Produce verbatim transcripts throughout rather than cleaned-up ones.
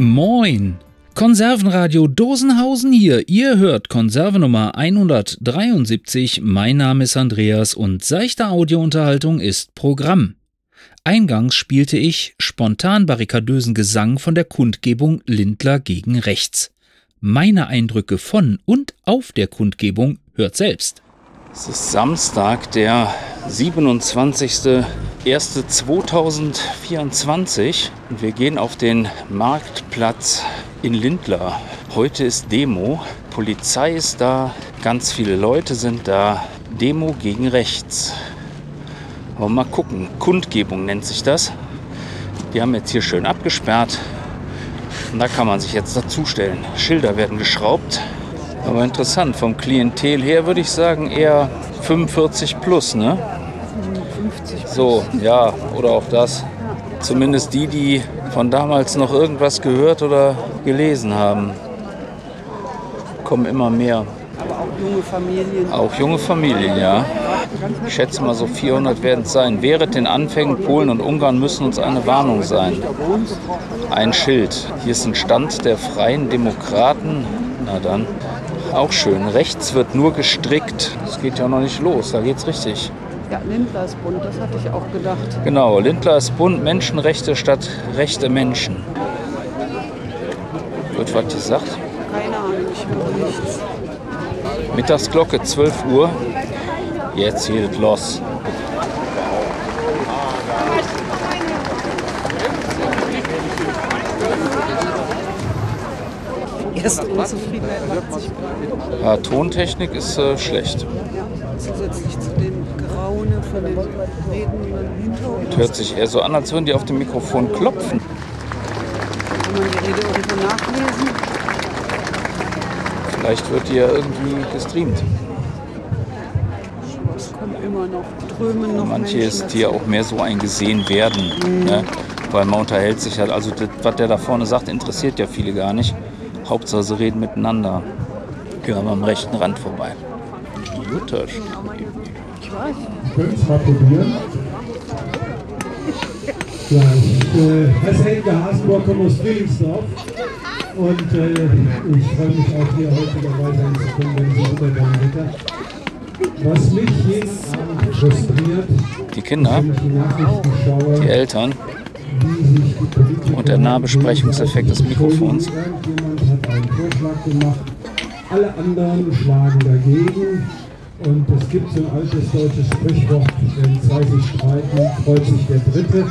Moin! Konservenradio Dosenhausen hier. Ihr hört Konserve Nummer hundertdreiundsiebzig. Mein Name ist Andreas und seichte Audiounterhaltung ist Programm. Eingangs spielte ich spontan barrikadösen Gesang von der Kundgebung Lindler gegen Rechts. Meine Eindrücke von und auf der Kundgebung hört selbst. Es ist Samstag, der siebenundzwanzigster erster zweitausendvierundzwanzig und wir gehen auf den Marktplatz in Lindlar. Heute ist Demo, Polizei ist da, ganz viele Leute sind da. Demo gegen Rechts. Aber mal gucken, Kundgebung nennt sich das. Die haben jetzt hier schön abgesperrt und da kann man sich jetzt dazustellen. Schilder werden geschraubt. Aber interessant, vom Klientel her würde ich sagen eher fünfundvierzig plus, ne? fünfzig plus. So, ja, oder auch das. Zumindest die, die von damals noch irgendwas gehört oder gelesen haben. Kommen immer mehr. Aber auch junge Familien. Auch junge Familien, ja. Ich schätze mal so vierhundert werden es sein. Während den Anfängen Polen und Ungarn müssen uns eine Warnung sein. Ein Schild. Hier ist ein Stand der Freien Demokraten. Na dann. Auch schön. Rechts wird nur gestrickt. Das geht ja noch nicht los. Da geht's richtig. Ja, Lindlar ist bunt. Das hatte ich auch gedacht. Genau. Lindlar ist bunt. Menschenrechte statt rechte Menschen. Wird was gesagt? Keine Ahnung. Ich höre nichts. Mittagsglocke, zwölf Uhr. Jetzt geht los. Erste Unzufriedenheit macht sich breit. Ja, Tontechnik ist äh, schlecht. Ja, zusätzlich zu dem Geraune von den Redenden hinter uns. Hört sich eher so an, als würden die auf dem Mikrofon klopfen. Kann man die Rede irgendwo nachlesen? Vielleicht wird die ja irgendwie gestreamt. Es kommen immer noch, drömen noch Manche Menschen ist dazu. hier auch mehr so ein gesehen werden. Mhm. Ne? Weil man unterhält sich halt, also das, was der da vorne sagt, interessiert ja viele gar nicht. Hauptsache sie reden miteinander. Gehen wir mal am rechten Rand vorbei. Luther. Ich weiß. Wir können es mal probieren. Ja, ich äh, heiße Helge Hasenburg, komme aus Friedrichsdorf und äh, ich freue mich auch hier heute dabei sein zu können, wenn Sie wunderbaren Wetter. Was mich jeden Abend frustriert, Die Kinder, wenn ich die Nachrichten schaue, die Eltern wie sich die Politiker und der Nahbesprechungseffekt des Mikrofons. Irgendjemand hat einen Vorschlag gemacht, alle anderen schlagen dagegen. Und es gibt so ein altes deutsches Sprichwort, wenn zwei sich streiten, freut sich der Dritte.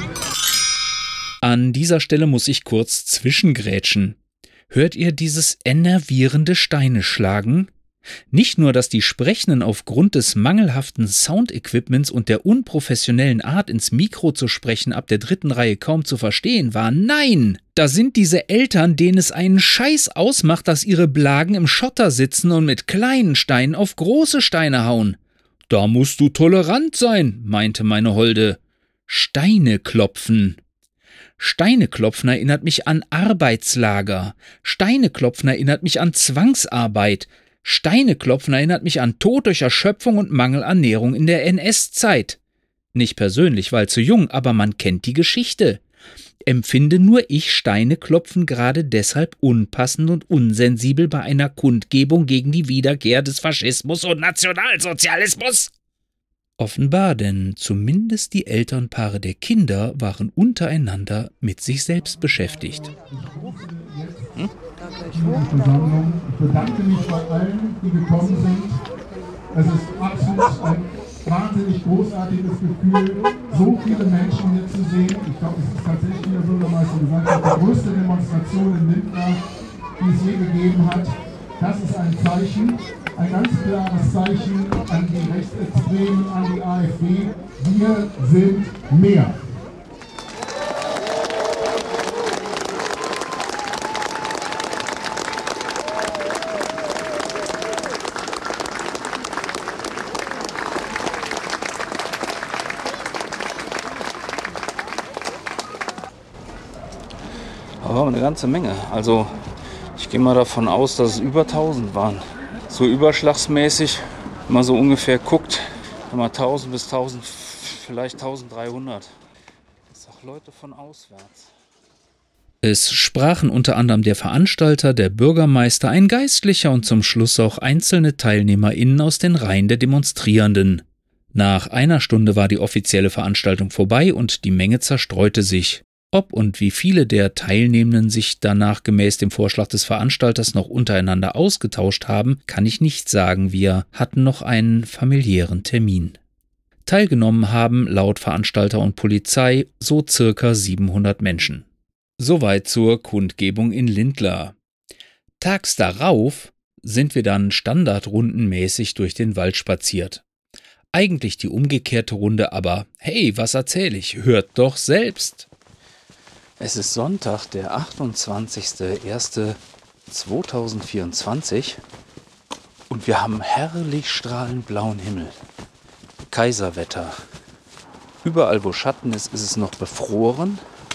An dieser Stelle muss ich kurz zwischengrätschen. Hört ihr dieses enervierende Steine schlagen? Nicht nur, dass die Sprechenden aufgrund des mangelhaften Soundequipments und der unprofessionellen Art ins Mikro zu sprechen ab der dritten Reihe kaum zu verstehen waren, nein! Da sind diese Eltern, denen es einen Scheiß ausmacht, dass ihre Blagen im Schotter sitzen und mit kleinen Steinen auf große Steine hauen. Da musst du tolerant sein, meinte meine Holde. Steine klopfen. Steine klopfen erinnert mich an Arbeitslager. Steine klopfen erinnert mich an Zwangsarbeit. Steine klopfen erinnert mich an Tod durch Erschöpfung und Mangelernährung in der N S-Zeit. Nicht persönlich, weil zu jung, aber man kennt die Geschichte. Empfinde nur ich Steine klopfen gerade deshalb unpassend und unsensibel bei einer Kundgebung gegen die Wiederkehr des Faschismus und Nationalsozialismus? Offenbar, denn zumindest die Elternpaare der Kinder waren untereinander mit sich selbst beschäftigt. Hm? Versammlung. Ich bedanke mich bei allen, die gekommen sind. Es ist absolut ein wahnsinnig großartiges Gefühl, so viele Menschen hier zu sehen. Ich glaube, es ist tatsächlich, wie der Bürgermeister gesagt hat, die größte Demonstration in Lindlar, die es je gegeben hat. Das ist ein Zeichen, ein ganz klares Zeichen an die Rechtsextremen, an die AfD. Wir sind mehr. Aber eine ganze Menge. Also ich gehe mal davon aus, dass es über tausend waren. So überschlagsmäßig, wenn man so ungefähr guckt, mal tausend bis tausend, vielleicht dreizehnhundert. Das sind auch Leute von auswärts. Es sprachen unter anderem der Veranstalter, der Bürgermeister, ein Geistlicher und zum Schluss auch einzelne TeilnehmerInnen aus den Reihen der Demonstrierenden. Nach einer Stunde war die offizielle Veranstaltung vorbei und die Menge zerstreute sich. Ob und wie viele der Teilnehmenden sich danach gemäß dem Vorschlag des Veranstalters noch untereinander ausgetauscht haben, kann ich nicht sagen. Wir hatten noch einen familiären Termin. Teilgenommen haben laut Veranstalter und Polizei so circa siebenhundert Menschen. Soweit zur Kundgebung in Lindlar. Tags darauf sind wir dann standardrundenmäßig durch den Wald spaziert. Eigentlich die umgekehrte Runde, aber hey, was erzähle ich? Hört doch selbst! Es ist Sonntag, der achtundzwanzigster erster zweitausendvierundzwanzig und wir haben herrlich strahlend blauen Himmel. Kaiserwetter. Überall, wo Schatten ist, ist es noch befroren.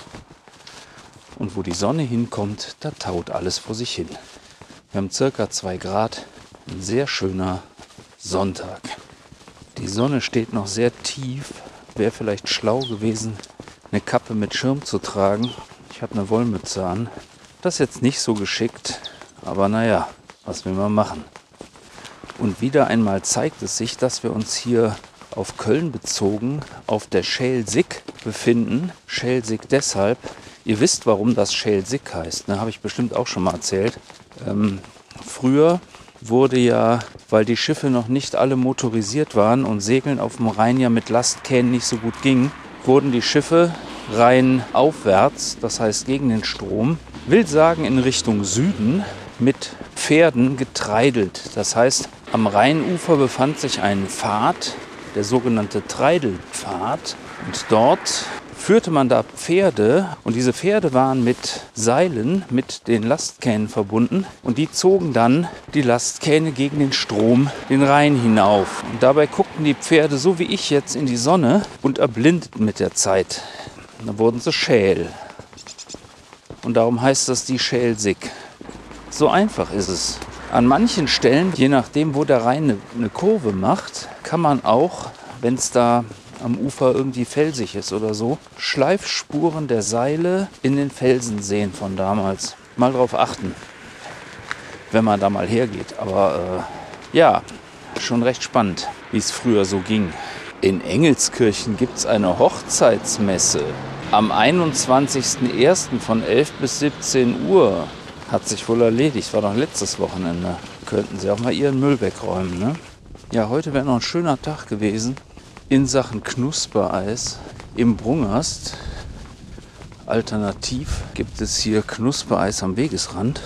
Und wo die Sonne hinkommt, da taut alles vor sich hin. Wir haben circa zwei Grad, ein sehr schöner Sonntag. Die Sonne steht noch sehr tief, wäre vielleicht schlau gewesen, eine Kappe mit Schirm zu tragen. Ich habe eine Wollmütze an. Das ist jetzt nicht so geschickt, aber naja, was will man machen? Und wieder einmal zeigt es sich, dass wir uns hier auf Köln bezogen auf der Schelsig befinden. Schelsig deshalb, ihr wisst, warum das Schelsig heißt, ne? Habe ich bestimmt auch schon mal erzählt. Ähm, früher wurde ja, weil die Schiffe noch nicht alle motorisiert waren und Segeln auf dem Rhein ja mit Lastkähnen nicht so gut ging, wurden die Schiffe rein aufwärts, das heißt gegen den Strom, will sagen in Richtung Süden, mit Pferden getreidelt. Das heißt, am Rheinufer befand sich ein Pfad, der sogenannte Treidelpfad. Und dort führte man da Pferde und diese Pferde waren mit Seilen mit den Lastkähnen verbunden und die zogen dann die Lastkähne gegen den Strom den Rhein hinauf. Und dabei guckten die Pferde, so wie ich jetzt, in die Sonne und erblindeten mit der Zeit. Und dann wurden sie schäl. Und darum heißt das die Schelsig. So einfach ist es. An manchen Stellen, je nachdem, wo der Rhein eine, eine Kurve macht, kann man auch, wenn es da am Ufer irgendwie felsig ist oder so, Schleifspuren der Seile in den Felsen sehen von damals. Mal drauf achten, wenn man da mal hergeht. Aber äh, ja, schon recht spannend, wie es früher so ging. In Engelskirchen gibt es eine Hochzeitsmesse. Am einundzwanzigsten ersten von elf bis siebzehn Uhr. Hat sich wohl erledigt, war doch letztes Wochenende. Könnten Sie auch mal Ihren Müll wegräumen, ne? Ja, heute wäre noch ein schöner Tag gewesen in Sachen Knuspereis im Brungerst. Alternativ gibt es hier Knuspereis am Wegesrand.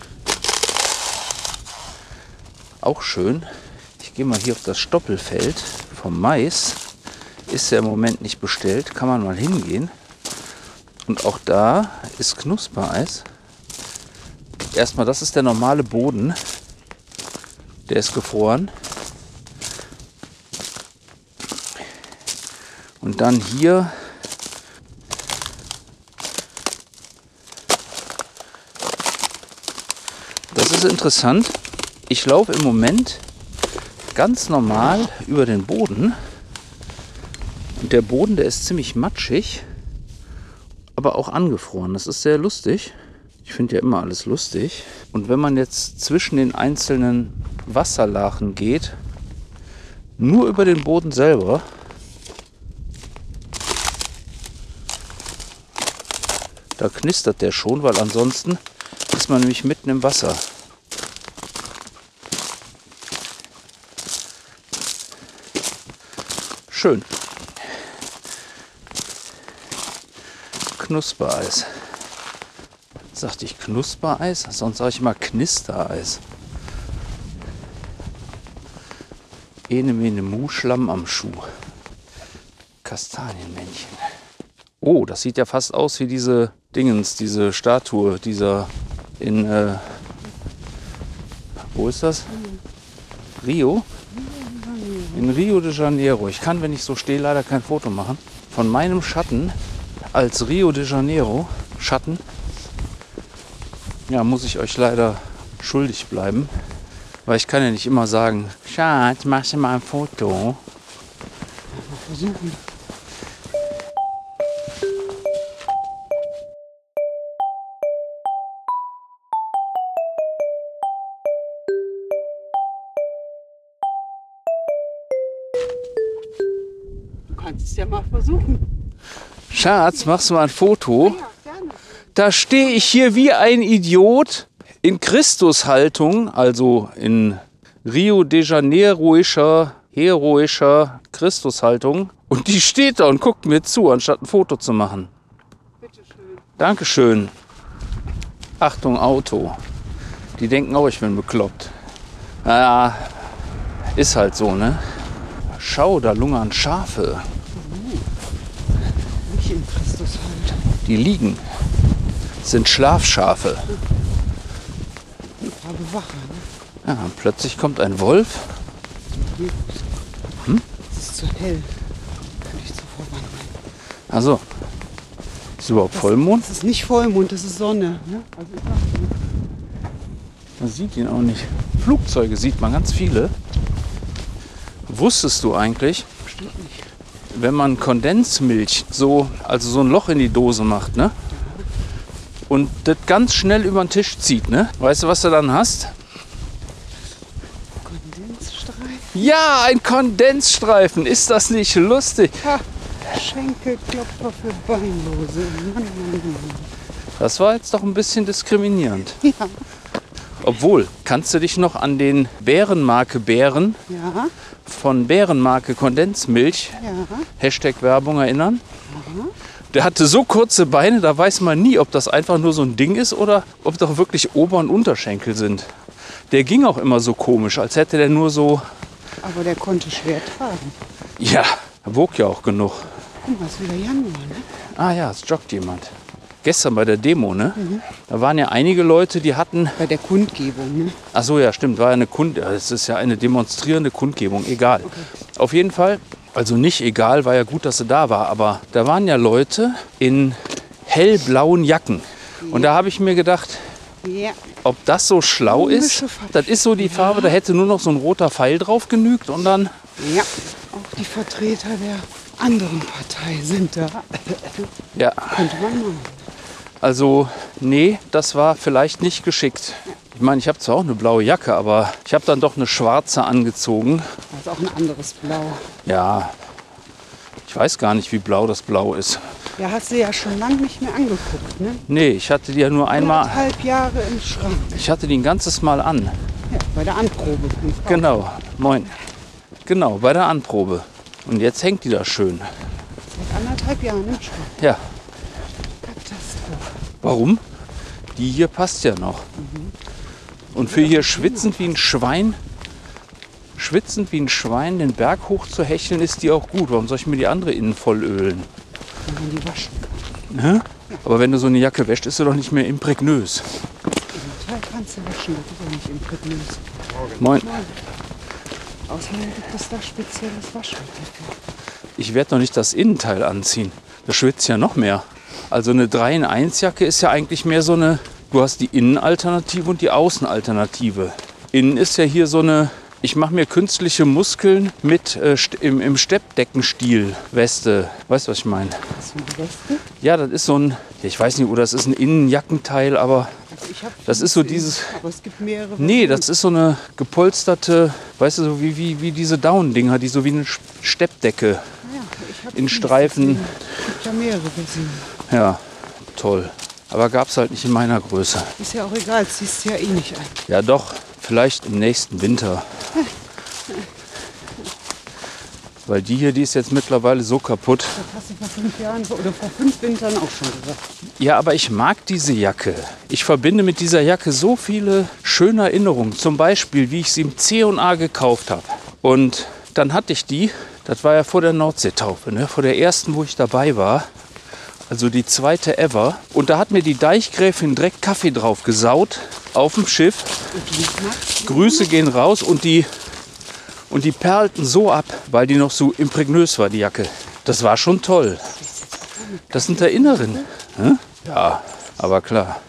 Auch schön. Ich gehe mal hier auf das Stoppelfeld vom Mais. Ist ja im Moment nicht bestellt, kann man mal hingehen. Und auch da ist Knuspereis. Erstmal, das ist der normale Boden. Der ist gefroren. Und dann hier das ist interessant. Ich laufe im Moment ganz normal über den Boden. Und der Boden, der ist ziemlich matschig, aber auch angefroren. Das ist sehr lustig. Ich finde ja immer alles lustig. Und wenn man jetzt zwischen den einzelnen Wasserlachen geht, nur über den Boden selber, da knistert der schon, weil ansonsten ist man nämlich mitten im Wasser. Schön. Knuspereis. Sagte ich Knuspereis? Sonst sage ich mal Knistereis. Ene mene Mu, Schlamm am Schuh. Kastanienmännchen. Oh, das sieht ja fast aus wie diese Dingens, diese Statue, dieser in, äh, wo ist das? Rio? In Rio de Janeiro. Ich kann, wenn ich so stehe, leider kein Foto machen. Von meinem Schatten als Rio de Janeiro Schatten. Ja, muss ich euch leider schuldig bleiben. Weil ich kann ja nicht immer sagen, Schatz, machst du mal ein Foto? Versuchen. kannst es ja mal versuchen. Schatz, machst du mal ein Foto? Ja, gerne. Da stehe ich hier wie ein Idiot in Christushaltung, also in Rio de Janeiroischer, heroischer Christushaltung. Und die steht da und guckt mir zu, anstatt ein Foto zu machen. Bitteschön. Dankeschön. Achtung, Auto. Die denken auch, ich bin bekloppt. Naja, ist halt so, ne? Schau, da lungern Schafe. Nicht in Christus halt. Die liegen. Das sind Schlafschafe. Ein paar Bewacher, ne? Ja, und plötzlich kommt ein Wolf. Hm? Es ist zu hell. Kann ich zu verwandeln. Also, ist überhaupt Vollmond? Das ist nicht Vollmond, das ist Sonne. Ne? Also ich sag, Man sieht ihn auch nicht. Flugzeuge sieht man ganz viele. Wusstest du eigentlich, bestimmt nicht. wenn man Kondensmilch so, also so ein Loch in die Dose macht, ne? Und das ganz schnell über den Tisch zieht, ne? Weißt du, was du dann hast? Kondensstreifen. Ja, ein Kondensstreifen. Ist das nicht lustig? Ha, Schenkelklopfer für Beinlose. Mann, Mann, Mann. Das war jetzt doch ein bisschen diskriminierend. Ja. Obwohl, kannst du dich noch an den Bärenmarke Bären Ja. von Bärenmarke Kondensmilch, Ja. Hashtag Werbung, erinnern? Der hatte so kurze Beine, da weiß man nie, ob das einfach nur so ein Ding ist oder ob doch wirklich Ober- und Unterschenkel sind. Der ging auch immer so komisch, als hätte der nur so, Aber der konnte schwer tragen. ja, er wog ja auch genug. Guck mal, es ist wieder Januar, ne? Ah ja, es joggt jemand. Gestern bei der Demo, ne? Da waren ja einige Leute, die hatten, Bei der Kundgebung, ne? ach so, ja stimmt, war ja eine Kund, es ist ja eine demonstrierende Kundgebung, egal. Auf jeden Fall, also nicht egal, war ja gut, dass sie da war, aber da waren ja Leute in hellblauen Jacken. Und da habe ich mir gedacht, Ja. ob das so schlau ist, Komische Farbe. das ist so die Farbe, da hätte nur noch so ein roter Pfeil drauf genügt und dann, Ja. Auch die Vertreter der anderen Partei sind da. ja, Könnte man machen. also nee, das war vielleicht nicht geschickt. Ich meine, ich habe zwar auch eine blaue Jacke, aber ich habe dann doch eine schwarze angezogen. Das ist auch ein anderes Blau. Ja, ich weiß gar nicht, wie blau das Blau ist. Ja, hast du ja schon lange nicht mehr angeguckt, ne? Nee, ich hatte die ja nur einmal, Anderthalb Jahre im Schrank. ich hatte die ein ganzes Mal an. Ja, bei der Anprobe. Genau, moin. Genau, bei der Anprobe. Und jetzt hängt die da schön. Seit anderthalb Jahren im Schrank. Ja, Katastrophe. warum? Die hier passt ja noch. Und für hier schwitzend wie ein Schwein, schwitzend wie ein Schwein den Berg hoch zu hecheln, ist die auch gut. Warum soll ich mir die andere innen voll ölen? Wenn man die waschen kann. Hä? Aber wenn du so eine Jacke wäschst, ist sie doch nicht mehr imprägnös. Den Teil kannst du waschen, das ist ja nicht imprägnös. Moin. Außerdem gibt es da spezielles Waschmittel für. Ich werde doch nicht das Innenteil anziehen. Das schwitzt ja noch mehr. Also eine drei in eins Jacke ist ja eigentlich mehr so eine, du hast die Innenalternative und die Außenalternative. Innen ist ja hier so eine, ich mache mir künstliche Muskeln mit äh, im, im Steppdeckenstil Weste. Weißt du, was ich meine? Was für eine Weste? Ja, das ist so ein, ich weiß nicht, oder das ist ein Innenjackenteil, aber Also ich hab das ist so viele, dieses, Aber es gibt mehrere. nee, das Versionen. ist so eine gepolsterte, weißt du, so wie, wie, wie diese Down-Dinger, die so wie eine Steppdecke. Ja, ich hab in viele, Streifen. deswegen. Es gibt ja mehrere Versionen. Ja, toll. Aber gab es halt nicht in meiner Größe. Ist ja auch egal, ziehst du ja eh nicht ein. Ja doch, vielleicht im nächsten Winter. Weil die hier, die ist jetzt mittlerweile so kaputt. Das hast du vor fünf Jahren oder vor fünf Wintern auch schon gesagt. Ja, aber ich mag diese Jacke. Ich verbinde mit dieser Jacke so viele schöne Erinnerungen. Zum Beispiel, wie ich sie im C und A gekauft habe. Und dann hatte ich die, das war ja vor der Nordseetaufe, ne? Vor der ersten, wo ich dabei war. Also die zweite ever. Und da hat mir die Deichgräfin direkt Kaffee drauf gesaut auf dem Schiff. Und die magst du? Grüße gehen raus und die, und die perlten so ab, weil die noch so imprägnös war, die Jacke. Das war schon toll. Das sind Erinnerungen. Hm? Ja, aber klar.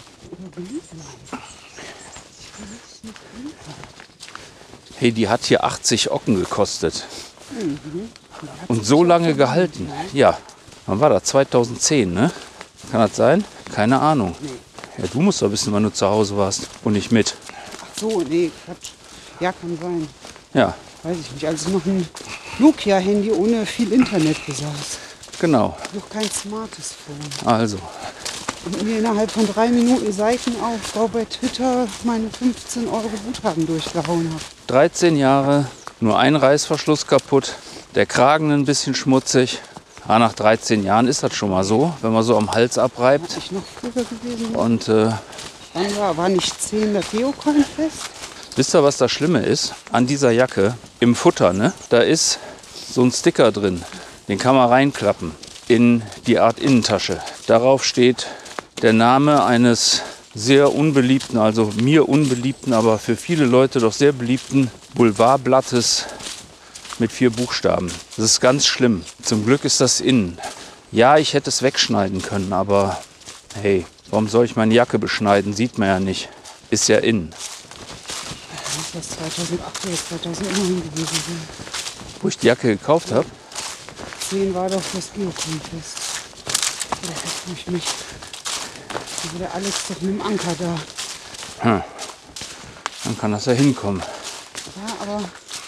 Hey, die hat hier achtzig Ocken gekostet. Und so lange gehalten. Ja, wann war das? zweitausendzehn, ne? Kann das sein? Keine Ahnung. Ja, du musst doch wissen, wann du zu Hause warst und nicht mit. Ach so, nee, Quatsch. Ja, kann sein. Ja, Weiß ich nicht. Als es noch ein Nokia-Handy ohne viel Internet besaß. Genau. Noch kein smartes Phone. Also. Und mir innerhalb von drei Minuten Seitenaufbau bei Twitter meine fünfzehn Euro Guthaben durchgehauen habe. dreizehn Jahre, nur ein Reißverschluss kaputt, der Kragen ein bisschen schmutzig. Ja, nach dreizehn Jahren ist das schon mal so, wenn man so am Hals abreibt. War ich noch früher gewesen? Und äh, Dann war, war nicht zehn der Geocoin fest? wisst ihr, was das Schlimme ist? An dieser Jacke, im Futter, ne? Da ist so ein Sticker drin. Den kann man reinklappen in die Art Innentasche. Darauf steht der Name eines sehr unbeliebten, also mir unbeliebten, aber für viele Leute doch sehr beliebten Boulevardblattes mit vier Buchstaben. Das ist ganz schlimm. Zum Glück ist das innen. Ja, ich hätte es wegschneiden können, aber hey, warum soll ich meine Jacke beschneiden? Sieht man ja nicht. Ist ja innen. Das muss zweitausendacht oder zweitausendneun gewesen sein. Wo ich die Jacke gekauft habe? zehn war doch das Geocoin fest. Oder hätte ich mich. Da war der Alex doch mit dem Anker da. Hm. Dann kann das ja hinkommen. Ja, aber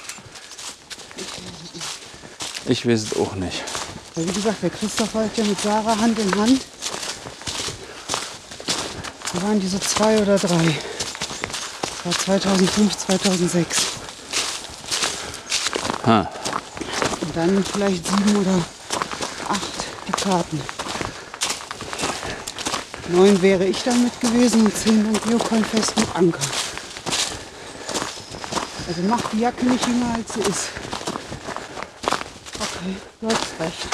Ich weiß es auch nicht. ja, wie gesagt, der Christoph war ja mit Sarah Hand in Hand. Da waren die so zwei oder drei. Das war zweitausendfünf, zweitausendsechs. Hm. Und dann vielleicht sieben oder acht die Karten. Neun wäre ich dann mit gewesen und zehn dann Geocoin fest mit Anker. Also macht die Jacke nicht jünger als sie ist. Okay, du hast recht.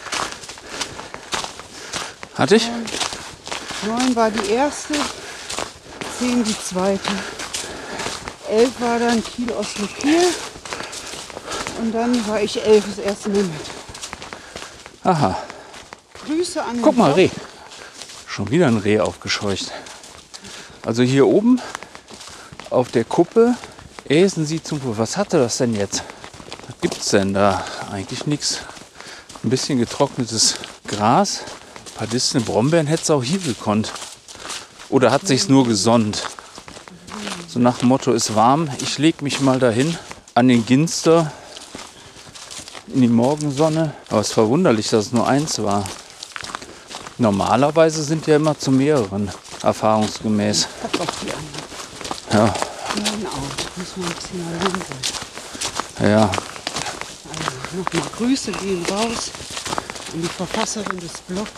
Hatte ich? Neun war die erste, zehn die zweite. Elf war dann Kiel Oslo Kiel. Und dann war ich elf das erste Mal mit. Aha. Grüße an den Guck mal, Bob. Reh. Schon wieder ein Reh aufgescheucht. Also hier oben auf der Kuppe äsen sie zum Pool. Was hatte das denn jetzt? Was gibt's denn da? Eigentlich nichts. Ein bisschen getrocknetes Gras. Ein paar Disteln Brombeeren hätte es auch hier gekonnt. Oder hat sich's nur gesonnt? So nach dem Motto, ist warm. Ich leg mich mal dahin an den Ginster in die Morgensonne. Aber es ist verwunderlich, dass es nur eins war. Normalerweise sind ja immer zu mehreren, erfahrungsgemäß. Ich hab auch die anderen. Ja, Nein, auch. Muss man ein bisschen mal lang ja. Also, nochmal Grüße gehen raus an die Verfasserin des Blogs.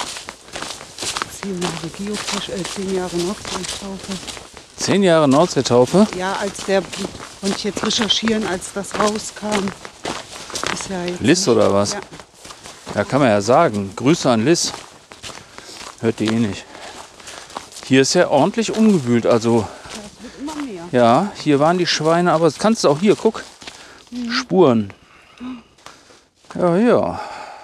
Zehn Jahre Geocache, äh, zehn Jahre Nordseetaufe. Zehn Jahre Nordseetaufe. Ja, als der, konnte ich jetzt recherchieren, als das rauskam. Ist ja jetzt Liz nicht- oder was? Ja. Ja, kann man ja sagen. Grüße an Liz. Hört die eh nicht. Hier ist ja ordentlich umgewühlt. Also, Das wird immer mehr. ja, hier waren die Schweine, aber das kannst du auch hier, guck. Spuren. Ja, ja.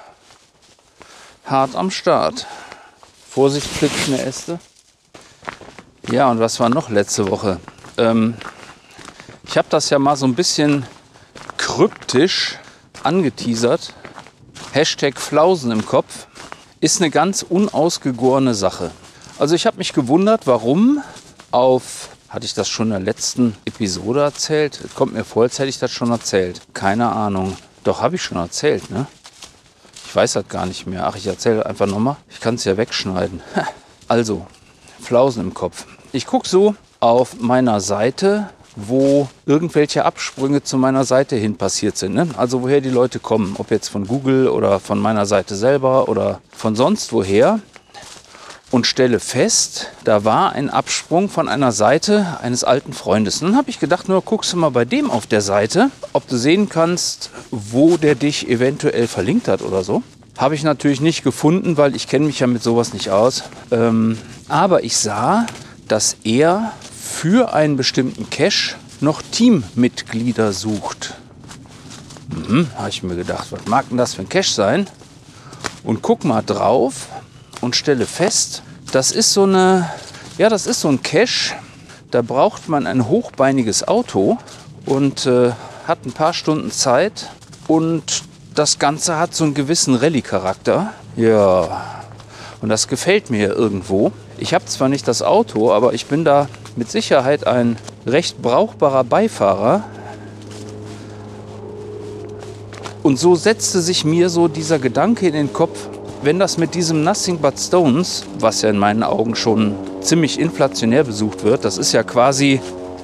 Hart am Start. Vorsicht, flitzende Äste. Ja, und was war noch letzte Woche? Ähm, ich habe das ja mal so ein bisschen kryptisch angeteasert. Hashtag Flausen im Kopf. Ist eine ganz unausgegorene Sache. Also ich habe mich gewundert, warum auf, hatte ich das schon in der letzten Episode erzählt? Kommt mir vor, als hätte ich das schon erzählt. Keine Ahnung. Doch, habe ich schon erzählt, ne? Ich weiß das gar nicht mehr. Ach, ich erzähle einfach nochmal. Ich kann es ja wegschneiden. Also, Flausen im Kopf. Ich gucke so auf meiner Seite, wo irgendwelche Absprünge zu meiner Seite hin passiert sind. Ne? Also woher die Leute kommen. Ob jetzt von Google oder von meiner Seite selber oder von sonst woher. Und stelle fest, da war ein Absprung von einer Seite eines alten Freundes. Und dann habe ich gedacht, nur guckst du mal bei dem auf der Seite, ob du sehen kannst, wo der dich eventuell verlinkt hat oder so. Habe ich natürlich nicht gefunden, weil ich kenne mich ja mit sowas nicht aus. Ähm, aber ich sah, dass er für einen bestimmten Cache noch Teammitglieder sucht. Mhm, habe ich mir gedacht, was mag denn das für ein Cache sein? Und guck mal drauf und stelle fest, das ist so eine, ja, das ist so ein Cache. Da braucht man ein hochbeiniges Auto und äh, hat ein paar Stunden Zeit und das Ganze hat so einen gewissen Rallye-Charakter. Ja, und das gefällt mir irgendwo. Ich habe zwar nicht das Auto, aber ich bin da mit Sicherheit ein recht brauchbarer Beifahrer. Und so setzte sich mir so dieser Gedanke in den Kopf, wenn das mit diesem Nothing But Stones, was ja in meinen Augen schon ziemlich inflationär besucht wird, das ist ja quasi,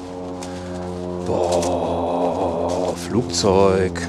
boah, Flugzeug.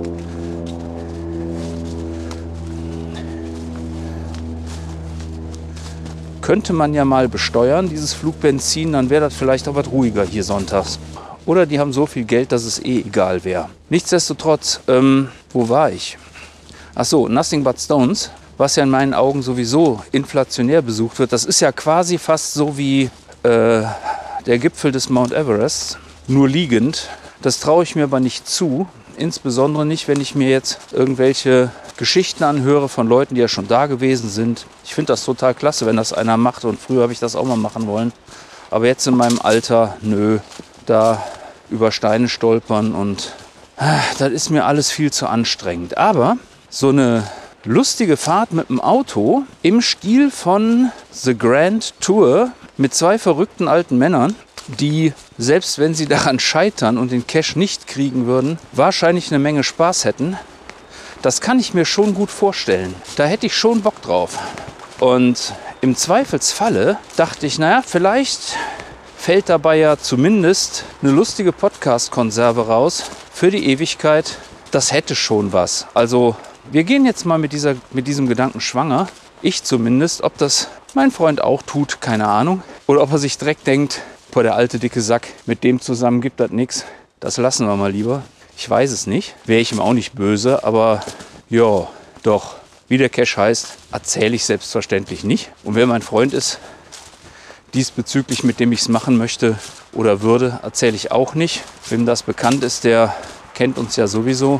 Könnte man ja mal besteuern, dieses Flugbenzin, dann wäre das vielleicht auch was ruhiger hier sonntags. Oder die haben so viel Geld, dass es eh egal wäre. Nichtsdestotrotz, ähm, wo war ich? Ach so, Nothing But Stones, was ja in meinen Augen sowieso inflationär besucht wird. Das ist ja quasi fast so wie äh, der Gipfel des Mount Everest, nur liegend. Das traue ich mir aber nicht zu. Insbesondere nicht, wenn ich mir jetzt irgendwelche Geschichten anhöre von Leuten, die ja schon da gewesen sind. Ich finde das total klasse, wenn das einer macht. Und früher habe ich das auch mal machen wollen. Aber jetzt in meinem Alter, nö, da über Steine stolpern und ah, das ist mir alles viel zu anstrengend. Aber so eine lustige Fahrt mit dem Auto im Stil von The Grand Tour mit zwei verrückten alten Männern, die, selbst wenn sie daran scheitern und den Cash nicht kriegen würden, wahrscheinlich eine Menge Spaß hätten. Das kann ich mir schon gut vorstellen. Da hätte ich schon Bock drauf. Und im Zweifelsfalle dachte ich, naja, vielleicht fällt dabei ja zumindest eine lustige Podcast-Konserve raus für die Ewigkeit. Das hätte schon was. Also wir gehen jetzt mal mit, dieser, mit diesem Gedanken schwanger. Ich zumindest. Ob das mein Freund auch tut, keine Ahnung. Oder ob er sich direkt denkt, boah, der alte dicke Sack, mit dem zusammen gibt das nichts. Das lassen wir mal lieber. Ich weiß es nicht. Wäre ich ihm auch nicht böse, aber ja, doch. Wie der Cash heißt, erzähle ich selbstverständlich nicht. Und wer mein Freund ist, diesbezüglich, mit dem ich es machen möchte oder würde, erzähle ich auch nicht. Wem das bekannt ist, der kennt uns ja sowieso.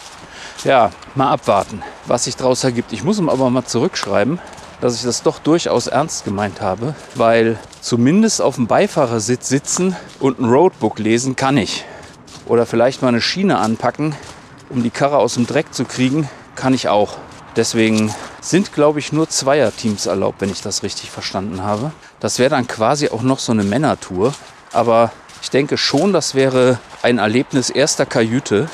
Ja, mal abwarten, was sich daraus ergibt. Ich muss ihm aber mal zurückschreiben, dass ich das doch durchaus ernst gemeint habe, weil zumindest auf dem Beifahrersitz sitzen und ein Roadbook lesen kann ich. Oder vielleicht mal eine Schiene anpacken, um die Karre aus dem Dreck zu kriegen, kann ich auch. Deswegen sind, glaube ich, nur Zweierteams erlaubt, wenn ich das richtig verstanden habe. Das wäre dann quasi auch noch so eine Männertour. Aber ich denke schon, das wäre ein Erlebnis erster Kajüte.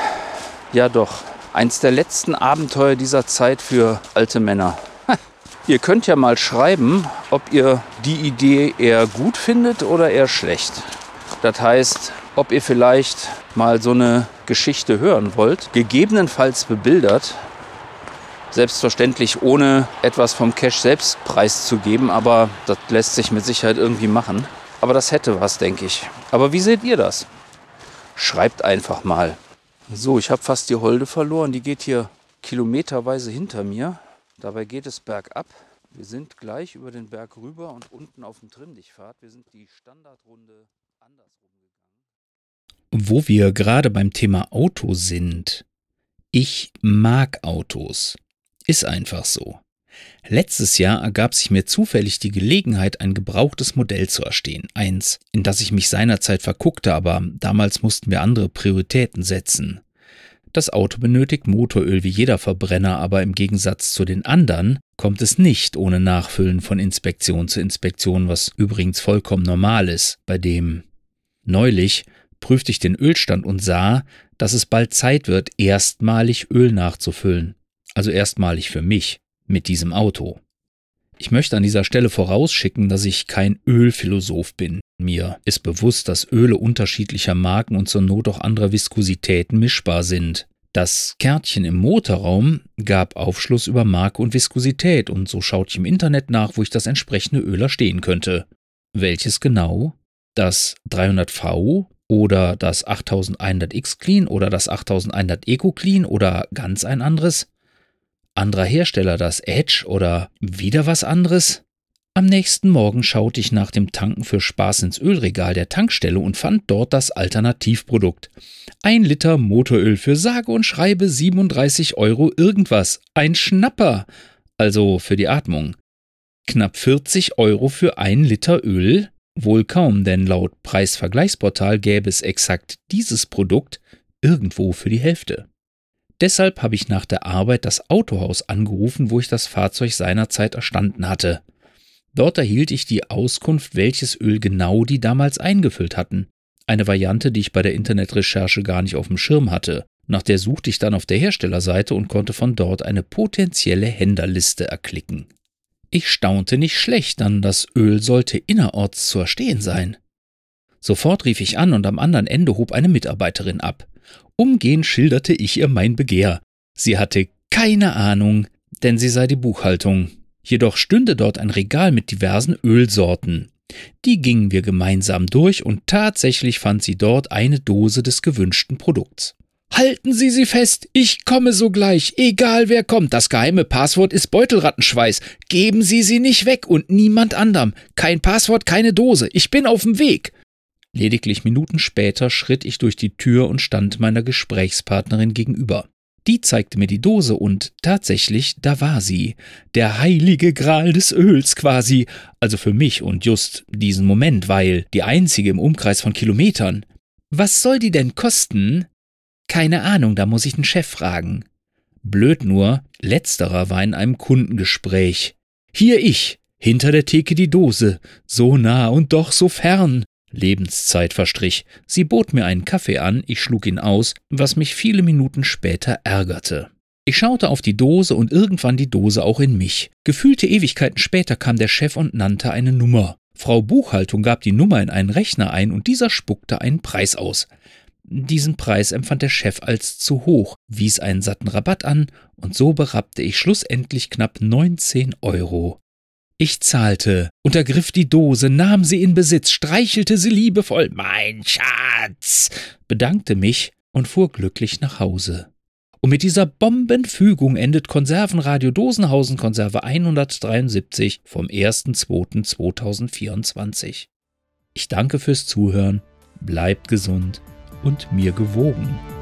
Ja doch, eins der letzten Abenteuer dieser Zeit für alte Männer. Ihr könnt ja mal schreiben, ob ihr die Idee eher gut findet oder eher schlecht. Das heißt, ob ihr vielleicht mal so eine Geschichte hören wollt, gegebenenfalls bebildert. Selbstverständlich ohne etwas vom Cash selbst preiszugeben, aber das lässt sich mit Sicherheit irgendwie machen. Aber das hätte was, denke ich. Aber wie seht ihr das? Schreibt einfach mal. So, ich habe fast die Holde verloren. Die geht hier kilometerweise hinter mir. Dabei geht es bergab. Wir sind gleich über den Berg rüber und unten auf dem Trimm-Dich-Pfad. Wir sind die Standardrunde andersrum gegangen. Wo wir gerade beim Thema Auto sind. Ich mag Autos. Ist einfach so. Letztes Jahr ergab sich mir zufällig die Gelegenheit, ein gebrauchtes Modell zu erstehen. Eins, in das ich mich seinerzeit verguckte, aber damals mussten wir andere Prioritäten setzen. Das Auto benötigt Motoröl wie jeder Verbrenner, aber im Gegensatz zu den anderen kommt es nicht ohne Nachfüllen von Inspektion zu Inspektion, was übrigens vollkommen normal ist bei dem. Neulich prüfte ich den Ölstand und sah, dass es bald Zeit wird, erstmalig Öl nachzufüllen. Also erstmalig für mich mit diesem Auto. Ich möchte an dieser Stelle vorausschicken, dass ich kein Ölphilosoph bin. Mir ist bewusst, dass Öle unterschiedlicher Marken und zur Not auch anderer Viskositäten mischbar sind. Das Kärtchen im Motorraum gab Aufschluss über Marke und Viskosität und so schaute ich im Internet nach, wo ich das entsprechende Öl erstehen könnte. Welches genau? Das dreihundert V oder das achttausendeinhundert X Clean oder das achttausendeinhundert Eco Clean oder ganz ein anderes? Anderer Hersteller, das Edge oder wieder was anderes? Am nächsten Morgen schaute ich nach dem Tanken für Spaß ins Ölregal der Tankstelle und fand dort das Alternativprodukt. Ein Liter Motoröl für sage und schreibe siebenunddreißig Euro irgendwas. Ein Schnapper! Also für die Atmung. Knapp vierzig Euro für ein Liter Öl? Wohl kaum, denn laut Preisvergleichsportal gäbe es exakt dieses Produkt irgendwo für die Hälfte. Deshalb habe ich nach der Arbeit das Autohaus angerufen, wo ich das Fahrzeug seinerzeit erstanden hatte. Dort erhielt ich die Auskunft, welches Öl genau die damals eingefüllt hatten. Eine Variante, die ich bei der Internetrecherche gar nicht auf dem Schirm hatte. Nach der suchte ich dann auf der Herstellerseite und konnte von dort eine potenzielle Händlerliste erklicken. Ich staunte nicht schlecht, denn das Öl sollte innerorts zu erstehen sein. Sofort rief ich an und am anderen Ende hob eine Mitarbeiterin ab. Umgehend schilderte ich ihr mein Begehr. Sie hatte keine Ahnung, denn sie sei die Buchhaltung. Jedoch stünde dort ein Regal mit diversen Ölsorten. Die gingen wir gemeinsam durch und tatsächlich fand sie dort eine Dose des gewünschten Produkts. »Halten Sie sie fest, ich komme sogleich, egal wer kommt. Das geheime Passwort ist Beutelrattenschweiß. Geben Sie sie nicht weg und niemand anderem. Kein Passwort, keine Dose. Ich bin auf dem Weg.« Lediglich Minuten später schritt ich durch die Tür und stand meiner Gesprächspartnerin gegenüber. Die zeigte mir die Dose und tatsächlich, da war sie. Der heilige Gral des Öls quasi. Also für mich und just diesen Moment, weil die einzige im Umkreis von Kilometern. »Was soll die denn kosten?« »Keine Ahnung, da muss ich den Chef fragen.« Blöd nur, letzterer war in einem Kundengespräch. »Hier ich, hinter der Theke die Dose, so nah und doch so fern.« Lebenszeit verstrich. Sie bot mir einen Kaffee an, ich schlug ihn aus, was mich viele Minuten später ärgerte. Ich schaute auf die Dose und irgendwann die Dose auch in mich. Gefühlte Ewigkeiten später kam der Chef und nannte eine Nummer. Frau Buchhaltung gab die Nummer in einen Rechner ein und dieser spuckte einen Preis aus. Diesen Preis empfand der Chef als zu hoch, wies einen satten Rabatt an und so berappte ich schlussendlich knapp neunzehn Euro. Ich zahlte, untergriff die Dose, nahm sie in Besitz, streichelte sie liebevoll, »Mein Schatz«, bedankte mich und fuhr glücklich nach Hause. Und mit dieser Bombenfügung endet Konservenradio Dosenhausen Konserve hundertdreiundsiebzig vom erster zweiter zweitausendvierundzwanzig. Ich danke fürs Zuhören, bleibt gesund und mir gewogen.